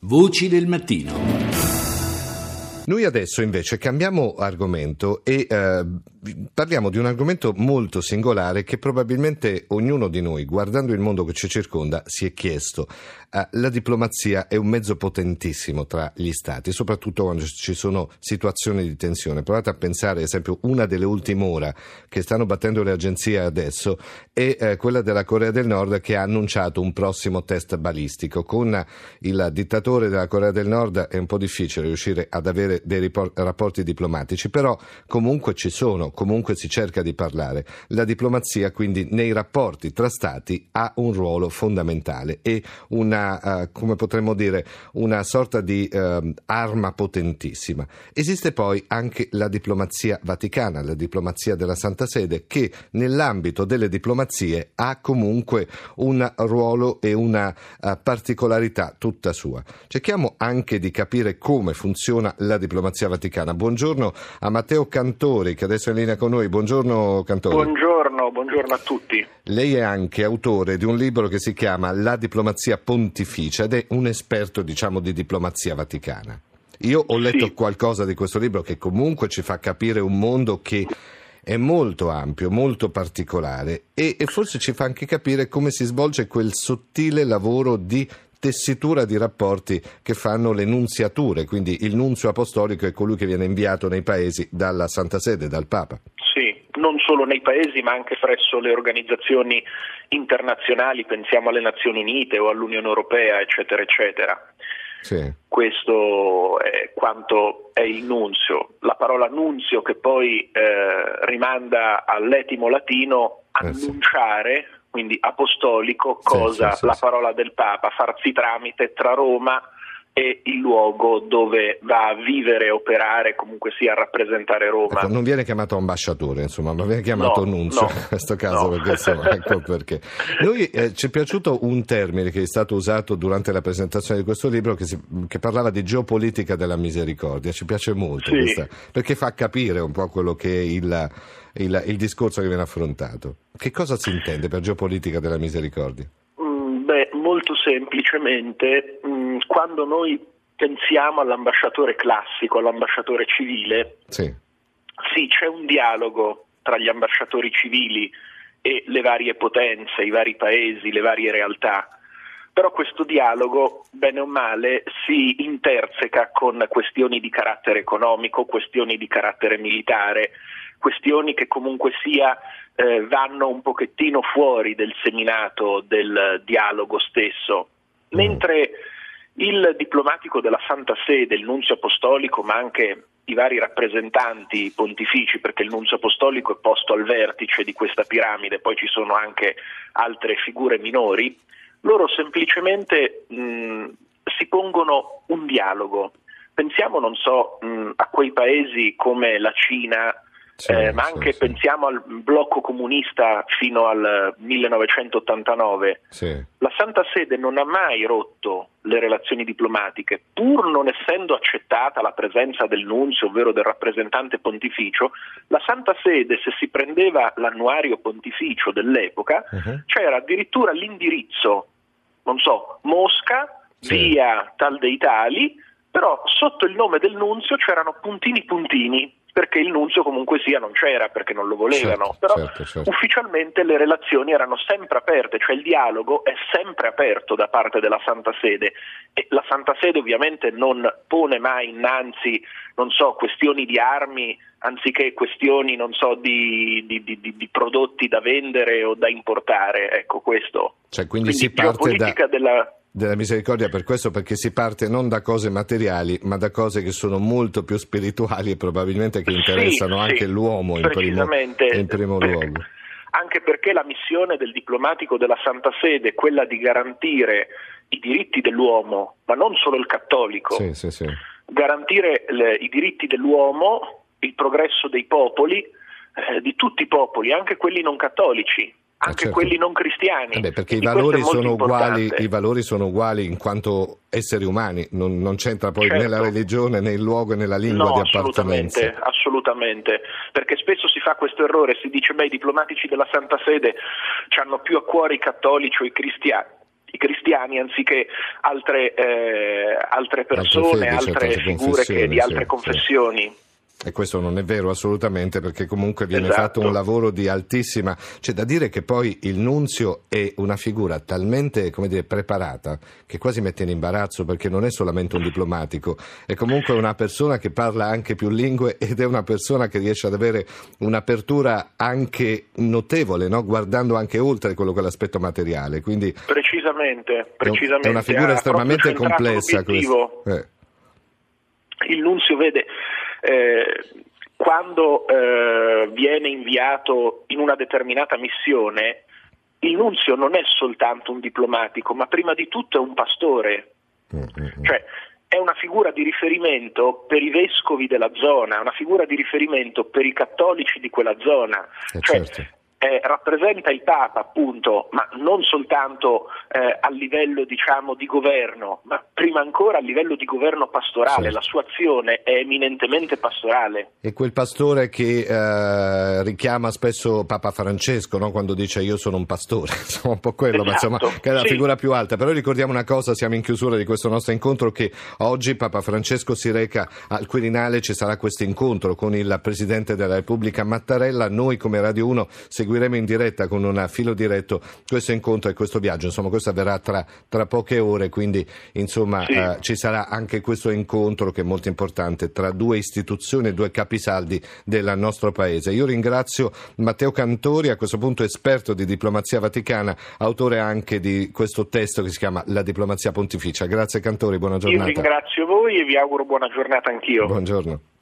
Voci del mattino. Noi adesso invece cambiamo argomento e parliamo di un argomento molto singolare che probabilmente ognuno di noi, guardando il mondo che ci circonda, si è chiesto. La diplomazia è un mezzo potentissimo tra gli stati, soprattutto quando ci sono situazioni di tensione. Provate a pensare, ad esempio, una delle ultime ore che stanno battendo le agenzie adesso è quella della Corea del Nord, che ha annunciato un prossimo test balistico. Con il dittatore della Corea del Nord è un po' difficile riuscire ad avere dei rapporti diplomatici, però comunque ci sono, comunque si cerca di parlare. La diplomazia quindi nei rapporti tra stati ha un ruolo fondamentale e come potremmo dire, una sorta di arma potentissima. Esiste poi anche la diplomazia vaticana, la diplomazia della Santa Sede, che nell'ambito delle diplomazie ha comunque un ruolo e una particolarità tutta sua. Cerchiamo anche di capire come funziona la diplomazia vaticana. Buongiorno a Matteo Cantori, che adesso è in linea con noi. Buongiorno Cantori. Buongiorno a tutti. Lei è anche autore di un libro che si chiama La diplomazia pontificia ed è un esperto, diciamo, di diplomazia vaticana. Io ho letto qualcosa di questo libro che comunque ci fa capire un mondo che è molto ampio, molto particolare e forse ci fa anche capire come si svolge quel sottile lavoro di tessitura di rapporti che fanno le nunziature, quindi il nunzio apostolico è colui che viene inviato nei paesi dalla Santa Sede, dal Papa. Sì, non solo nei paesi ma anche presso le organizzazioni internazionali, pensiamo alle Nazioni Unite o all'Unione Europea, eccetera, eccetera. Sì. Questo è quanto è il nunzio. La parola nunzio, che poi rimanda all'etimo latino annunciare, quindi apostolico, la parola del Papa, farsi tramite tra Roma e il luogo dove va a vivere e operare, comunque sia a rappresentare Roma. Ecco, non viene chiamato ambasciatore, insomma, ma viene chiamato nunzio in questo caso, perché insomma, ecco perché. Noi ci è piaciuto un termine che è stato usato durante la presentazione di questo libro che parlava di geopolitica della misericordia. Ci piace molto questa, perché fa capire un po' quello che è il discorso che viene affrontato. Che cosa si intende per geopolitica della misericordia? Molto semplicemente, quando noi pensiamo all'ambasciatore classico, all'ambasciatore civile, sì, c'è un dialogo tra gli ambasciatori civili e le varie potenze, i vari paesi, le varie realtà. Però questo dialogo, bene o male, si interseca con questioni di carattere economico, questioni di carattere militare, questioni che comunque sia vanno un pochettino fuori del seminato del dialogo stesso. Mentre il diplomatico della Santa Sede, il nunzio apostolico, ma anche i vari rappresentanti pontifici, perché il nunzio apostolico è posto al vertice di questa piramide, poi ci sono anche altre figure minori, loro semplicemente si pongono un dialogo. Pensiamo, a quei paesi come la Cina, ma anche pensiamo al blocco comunista fino al 1989. La Santa Sede non ha mai rotto le relazioni diplomatiche, pur non essendo accettata la presenza del nunzio, ovvero del rappresentante pontificio. La Santa Sede, se si prendeva l'annuario pontificio dell'epoca, c'era addirittura l'indirizzo, Mosca, via tal dei tali, però sotto il nome del nunzio c'erano puntini, perché il nunzio comunque sia non c'era, perché non lo volevano, certo. Ufficialmente le relazioni erano sempre aperte, cioè il dialogo è sempre aperto da parte della Santa Sede, e la Santa Sede ovviamente non pone mai innanzi, questioni di armi, anziché questioni, di prodotti da vendere o da importare, ecco questo. Cioè, quindi si parte della misericordia per questo, perché si parte non da cose materiali ma da cose che sono molto più spirituali e probabilmente che interessano anche l'uomo in primo luogo. Anche perché la missione del diplomatico della Santa Sede è quella di garantire i diritti dell'uomo, ma non solo il cattolico, garantire i diritti dell'uomo, il progresso dei popoli, di tutti i popoli, anche quelli non cattolici, anche quelli non cristiani. Perché i valori sono uguali in quanto esseri umani, non c'entra poi né la religione né il luogo né la lingua di appartenenza. Assolutamente, perché spesso si fa questo errore, si dice i diplomatici della Santa Sede hanno più a cuore i cattolici o i cristiani. i cristiani anziché altre persone, altre figure di altre confessioni. Sì. E questo non è vero assolutamente, perché comunque viene Esatto. fatto un lavoro di altissima... C'è da dire che poi il nunzio è una figura talmente, preparata, che quasi mette in imbarazzo, perché non è solamente un diplomatico, è comunque una persona che parla anche più lingue ed è una persona che riesce ad avere un'apertura anche notevole, no? Guardando anche oltre quello che è l'aspetto materiale. Quindi Precisamente. È una figura estremamente complessa. Il nunzio vede... quando viene inviato in una determinata missione, il nunzio non è soltanto un diplomatico, ma prima di tutto è un pastore, cioè è una figura di riferimento per i vescovi della zona, è una figura di riferimento per i cattolici di quella zona, certo. Rappresenta il Papa, appunto, ma non soltanto a livello, di governo, ma prima ancora a livello di governo pastorale. Certo. La sua azione è eminentemente pastorale. E quel pastore che richiama spesso Papa Francesco, no? Quando dice io sono un pastore, insomma un po' quello, esatto. Ma insomma che è la figura più alta. Però ricordiamo una cosa, siamo in chiusura di questo nostro incontro, che oggi Papa Francesco si reca al Quirinale, ci sarà questo incontro con il Presidente della Repubblica Mattarella. Noi come Radio 1 seguiremo in diretta con un filo diretto questo incontro e questo viaggio, insomma questo avverrà tra poche ore, quindi insomma ci sarà anche questo incontro che è molto importante tra due istituzioni e due capisaldi del nostro paese. Io ringrazio Matteo Cantori, a questo punto esperto di diplomazia vaticana, autore anche di questo testo che si chiama La diplomazia pontificia. Grazie Cantori, buona giornata. Io ringrazio voi e vi auguro buona giornata anch'io. Buongiorno.